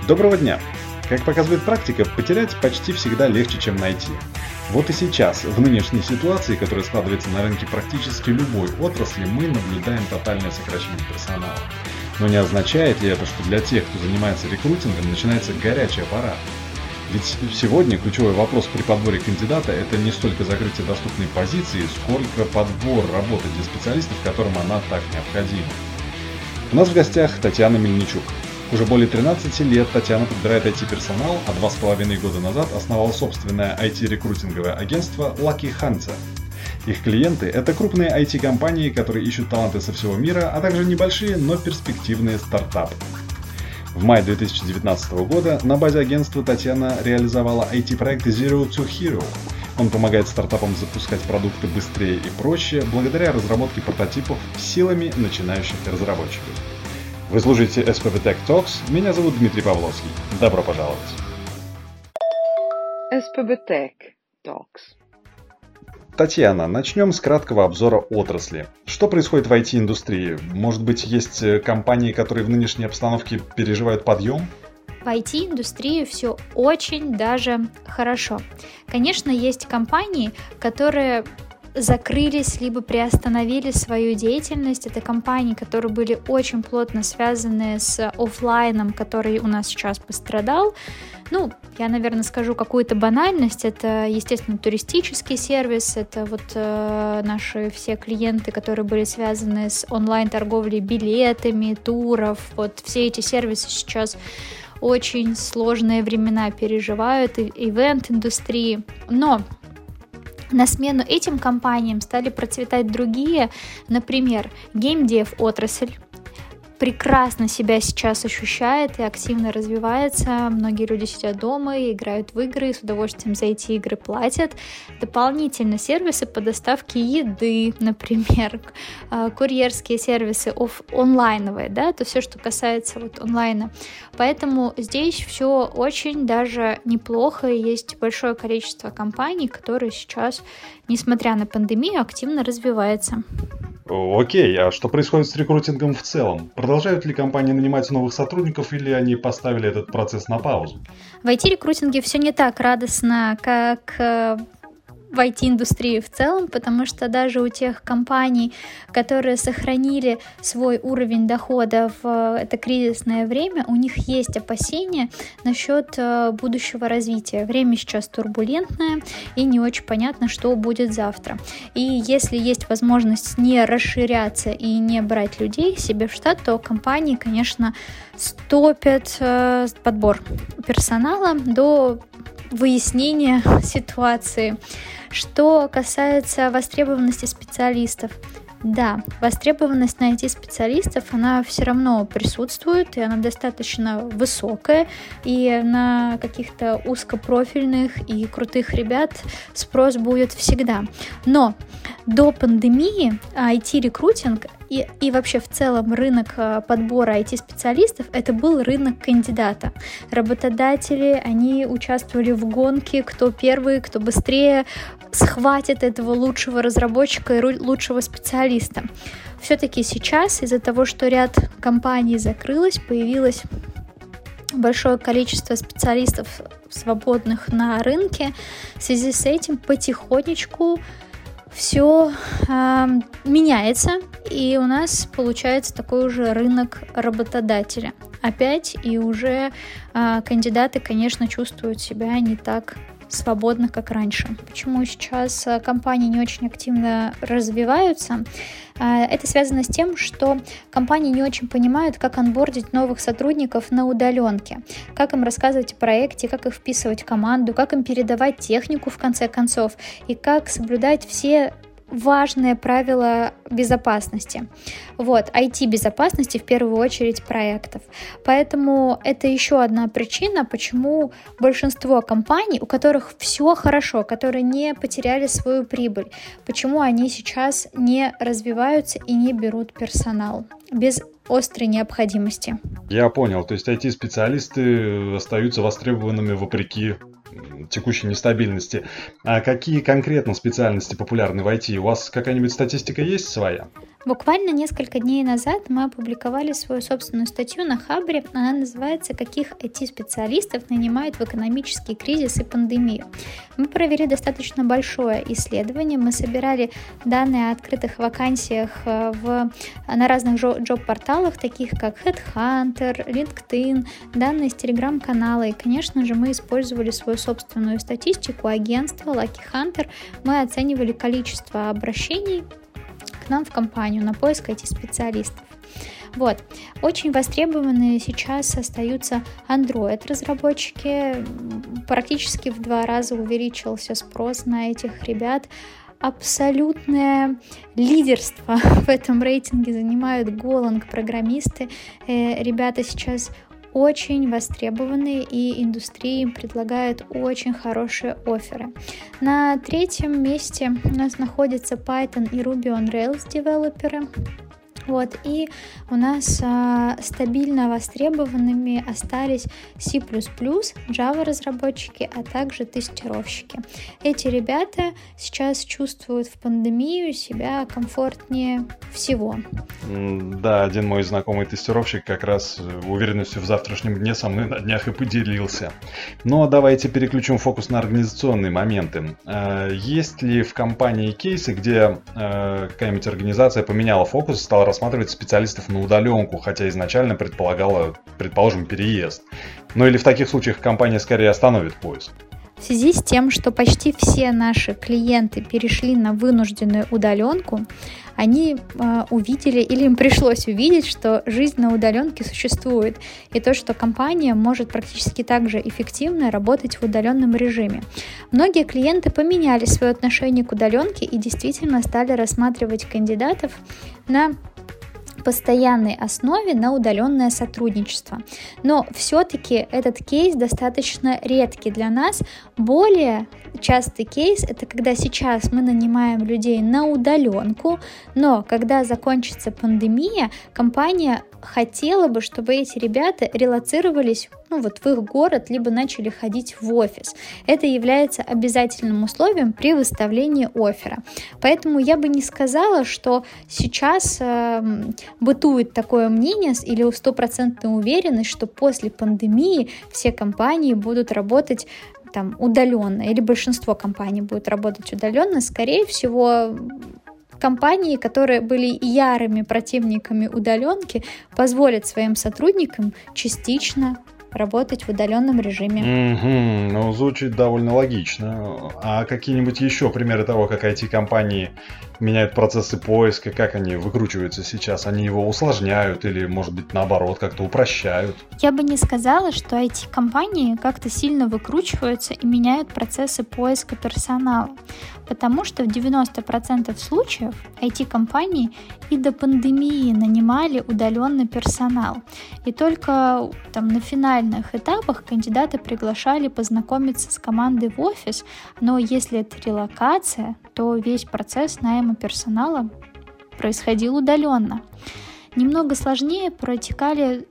Доброго дня! Как показывает практика, потерять почти всегда легче, чем найти. Вот и сейчас, в нынешней ситуации, которая складывается на рынке практически любой отрасли, мы наблюдаем тотальное сокращение персонала. Но не означает ли это, что для тех, кто занимается рекрутингом, начинается горячая пора? Ведь сегодня ключевой вопрос при подборе кандидата – это не столько закрытие доступной позиции, сколько подбор работы для специалистов, которым она так необходима. У нас в гостях Татьяна Мельничук. Уже более 13 лет Татьяна подбирает IT-персонал, а 2,5 года назад основала собственное IT-рекрутинговое агентство Lucky Hunter. Их клиенты – это крупные IT-компании, которые ищут таланты со всего мира, а также небольшие, но перспективные стартапы. В мае 2019 года на базе агентства Татьяна реализовала IT-проект Zero to Hero. Он помогает стартапам запускать продукты быстрее и проще, благодаря разработке прототипов силами начинающих разработчиков. Вы слушаете SPB Tech Talks, меня зовут Дмитрий Павловский. Добро пожаловать! SPB Tech Talks. Татьяна, начнем с краткого обзора отрасли. Что происходит в IT-индустрии? Может быть, есть компании, которые в нынешней обстановке переживают подъем? В IT-индустрии все очень даже хорошо. Конечно, есть компании, которые закрылись, либо приостановили свою деятельность. Это компании, которые были очень плотно связаны с офлайном, который у нас сейчас пострадал. Я, наверное, скажу какую-то банальность. Это, естественно, туристический сервис, это вот наши все клиенты, которые были связаны с онлайн-торговлей билетами, туров. Вот все эти сервисы сейчас очень сложные времена переживают, и ивент-индустрии. Но на смену этим компаниям стали процветать другие, например, геймдев отрасль. Прекрасно себя сейчас ощущает и активно развивается. Многие люди сидят дома и играют в игры, и с удовольствием за эти игры платят. Дополнительно сервисы по доставке еды, например, курьерские сервисы онлайновые, да, то все, что касается онлайна. Поэтому здесь все очень даже неплохо, и есть большое количество компаний, которые сейчас, несмотря на пандемию, активно развиваются. Окей, а что происходит с рекрутингом в целом? Продолжают ли компании нанимать новых сотрудников или они поставили этот процесс на паузу? В IT-рекрутинге все не так радостно, как в IT-индустрии в целом, потому что даже у тех компаний, которые сохранили свой уровень дохода в это кризисное время, у них есть опасения насчет будущего развития. Время сейчас турбулентное и не очень понятно, что будет завтра. И если есть возможность не расширяться и не брать людей себе в штат, то компании, конечно, стопят подбор персонала до выяснения ситуации. Что касается востребованности специалистов, да, востребованность на IT-специалистов, она все равно присутствует, и она достаточно высокая, и на каких-то узкопрофильных и крутых ребят спрос будет всегда. Но до пандемии IT-рекрутинг и вообще в целом рынок подбора IT-специалистов это был рынок кандидата. Работодатели, они участвовали в гонке, кто первый, кто быстрее схватит этого лучшего разработчика и лучшего специалиста. Все-таки сейчас из-за того, что ряд компаний закрылось, появилось большое количество специалистов свободных на рынке, в связи с этим потихонечку все меняется, и у нас получается такой уже рынок работодателя. Опять, и уже кандидаты, конечно, чувствуют себя не так свободно, как раньше. Почему сейчас компании не очень активно развиваются? Это связано с тем, что компании не очень понимают, как онбордить новых сотрудников на удаленке, как им рассказывать о проекте, как их вписывать в команду, как им передавать технику в конце концов, и как соблюдать все важные правила безопасности. IT-безопасности в первую очередь проектов. Поэтому это еще одна причина, почему большинство компаний, у которых все хорошо, которые не потеряли свою прибыль, почему они сейчас не развиваются и не берут персонал без острой необходимости. Я понял, то есть IT-специалисты остаются востребованными вопреки текущей нестабильности. А какие конкретно специальности популярны в IT? У вас какая-нибудь статистика есть своя? Буквально несколько дней назад мы опубликовали свою собственную статью на Хабре. Она называется «Каких IT-специалистов нанимают в экономический кризис и пандемию». Мы провели достаточно большое исследование. Мы собирали данные о открытых вакансиях на разных джоб-порталах, таких как HeadHunter, LinkedIn, данные из Telegram-канала. И, конечно же, мы использовали свою собственную статистику агентства Lucky Hunter. Мы оценивали количество обращений к нам в компанию на поиск IT-специалистов. Вот. Очень востребованные сейчас остаются Android-разработчики. Практически в 2 раза увеличился спрос на этих ребят. Абсолютное лидерство в этом рейтинге занимают Golang-программисты. Ребята сейчас очень востребованные, и индустрии им предлагают очень хорошие офферы. На 3-м месте у нас находятся Python и Ruby on Rails девелоперы. Вот, и у нас стабильно востребованными остались C++, Java-разработчики, а также тестировщики. Эти ребята сейчас чувствуют в пандемию себя комфортнее всего. Да, один мой знакомый тестировщик как раз уверенностью в завтрашнем дне со мной на днях и поделился. Но давайте переключим фокус на организационные моменты. Есть ли в компании кейсы, где какая-нибудь организация поменяла фокус, стала рассматривать специалистов на удаленку, хотя изначально предполагала, предположим, переезд? Ну или в таких случаях компания скорее остановит поиск? В связи с тем, что почти все наши клиенты перешли на вынужденную удаленку, они увидели, или им пришлось увидеть, что жизнь на удаленке существует, и то, что компания может практически так же эффективно работать в удаленном режиме. Многие клиенты поменяли свое отношение к удаленке и действительно стали рассматривать кандидатов на постоянной основе на удаленное сотрудничество. Но все-таки этот кейс достаточно редкий для нас. Более частый кейс — это когда сейчас мы нанимаем людей на удаленку, но когда закончится пандемия, компания хотела бы, чтобы эти ребята релоцировались в их город, либо начали ходить в офис. Это является обязательным условием при выставлении оффера. Поэтому я бы не сказала, что сейчас бытует такое мнение или стопроцентная уверенность, что после пандемии все компании будут работать удаленно, или большинство компаний будет работать удаленно. Скорее всего, компании, которые были ярыми противниками удаленки, позволят своим сотрудникам частично работать в удаленном режиме. Ну, звучит довольно логично. А какие-нибудь еще примеры того, как IT-компании меняют процессы поиска, как они выкручиваются сейчас? Они его усложняют или, может быть, наоборот, как-то упрощают? Я бы не сказала, что IT-компании как-то сильно выкручиваются и меняют процессы поиска персонала, потому что в 90% случаев IT-компании и до пандемии нанимали удаленный персонал. И только на финальных этапах кандидаты приглашали познакомиться с командой в офис, но если это релокация, то весь процесс найма персонала происходил удаленно. Немного сложнее протекают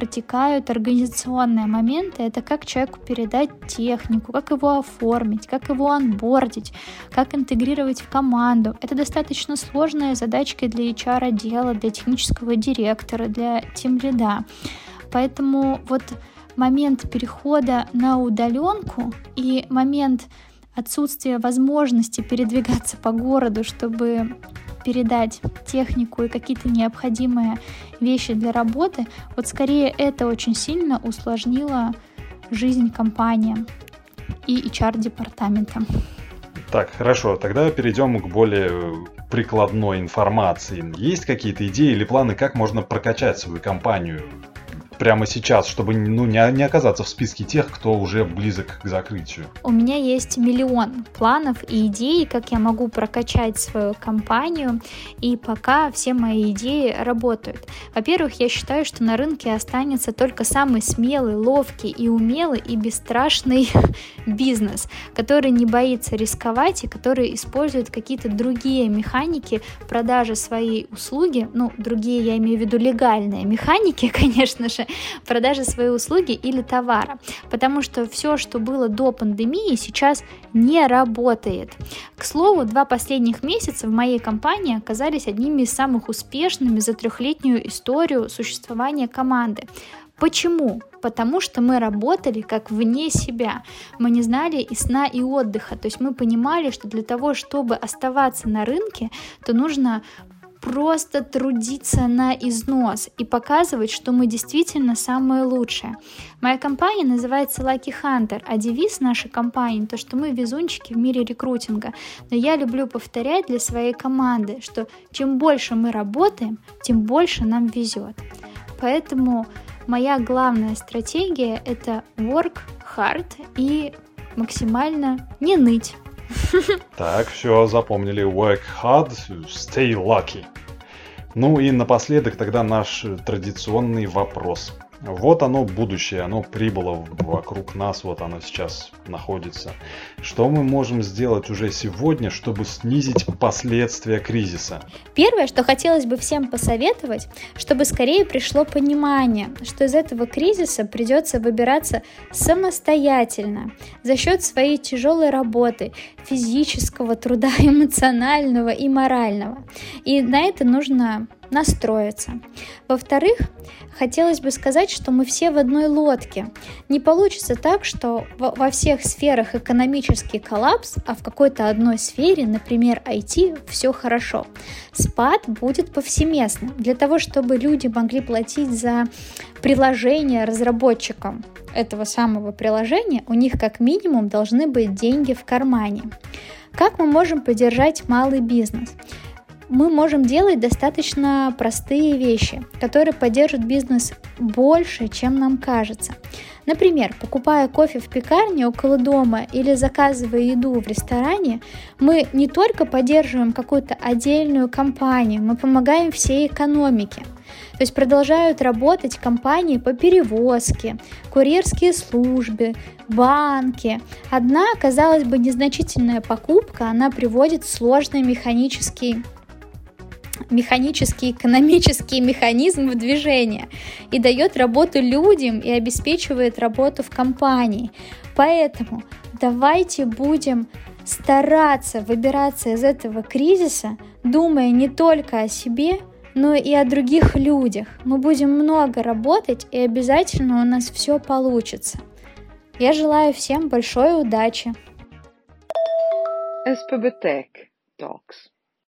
организационные моменты. Это как человеку передать технику, как его оформить, как его онбордить, как интегрировать в команду. Это достаточно сложная задачка для HR-отдела, для технического директора, для тимлида. Поэтому момент перехода на удаленку и момент отсутствия возможности передвигаться по городу, чтобы передать технику и какие-то необходимые вещи для работы, скорее это очень сильно усложнило жизнь компании и HR-департамента. Так, хорошо, тогда перейдем к более прикладной информации. Есть какие-то идеи или планы, как можно прокачать свою компанию прямо сейчас, чтобы не оказаться в списке тех, кто уже близок к закрытию? У меня есть миллион планов и идей, как я могу прокачать свою компанию, и пока все мои идеи работают. Во-первых, я считаю, что на рынке останется только самый смелый, ловкий и умелый и бесстрашный бизнес, который не боится рисковать и который использует какие-то другие механики продажи своей услуги, другие, я имею в виду легальные механики, конечно же, продажи своей услуги или товара, потому что все, что было до пандемии, сейчас не работает. К слову, 2 последних месяца в моей компании оказались одними из самых успешными за 3-летнюю историю существования команды. Почему? Потому что мы работали как вне себя. Мы не знали и сна, и отдыха. То есть мы понимали, что для того, чтобы оставаться на рынке, то нужно просто трудиться на износ и показывать, что мы действительно самые лучшие. Моя компания называется Lucky Hunter, а девиз нашей компании то, что мы везунчики в мире рекрутинга. Но я люблю повторять для своей команды, что чем больше мы работаем, тем больше нам везет. Поэтому моя главная стратегия – это work hard и максимально не ныть. Так, все, запомнили. Work hard, stay lucky. Ну и напоследок тогда наш традиционный вопрос. Вот оно будущее, оно прибыло вокруг нас, вот оно сейчас находится. Что мы можем сделать уже сегодня, чтобы снизить последствия кризиса? Первое, что хотелось бы всем посоветовать, чтобы скорее пришло понимание, что из этого кризиса придется выбираться самостоятельно, за счет своей тяжелой работы, физического труда, эмоционального и морального. И на это нужно настроиться. Во-вторых, хотелось бы сказать, что мы все в одной лодке. Не получится так, что во всех сферах экономический коллапс, а в какой-то одной сфере, например, IT, все хорошо. Спад будет повсеместным. Для того, чтобы люди могли платить за приложение разработчикам этого самого приложения, у них как минимум должны быть деньги в кармане. Как мы можем поддержать малый бизнес? Мы можем делать достаточно простые вещи, которые поддержат бизнес больше, чем нам кажется. Например, покупая кофе в пекарне около дома или заказывая еду в ресторане, мы не только поддерживаем какую-то отдельную компанию, мы помогаем всей экономике. То есть продолжают работать компании по перевозке, курьерские службы, банки. Одна, казалось бы, незначительная покупка, она приводит в сложный механический экономический механизм в движение и дает работу людям и обеспечивает работу в компании. Поэтому давайте будем стараться выбираться из этого кризиса, думая не только о себе, но и о других людях. Мы будем много работать, и обязательно у нас все получится. Я желаю всем большой удачи. SPB Tech Talks.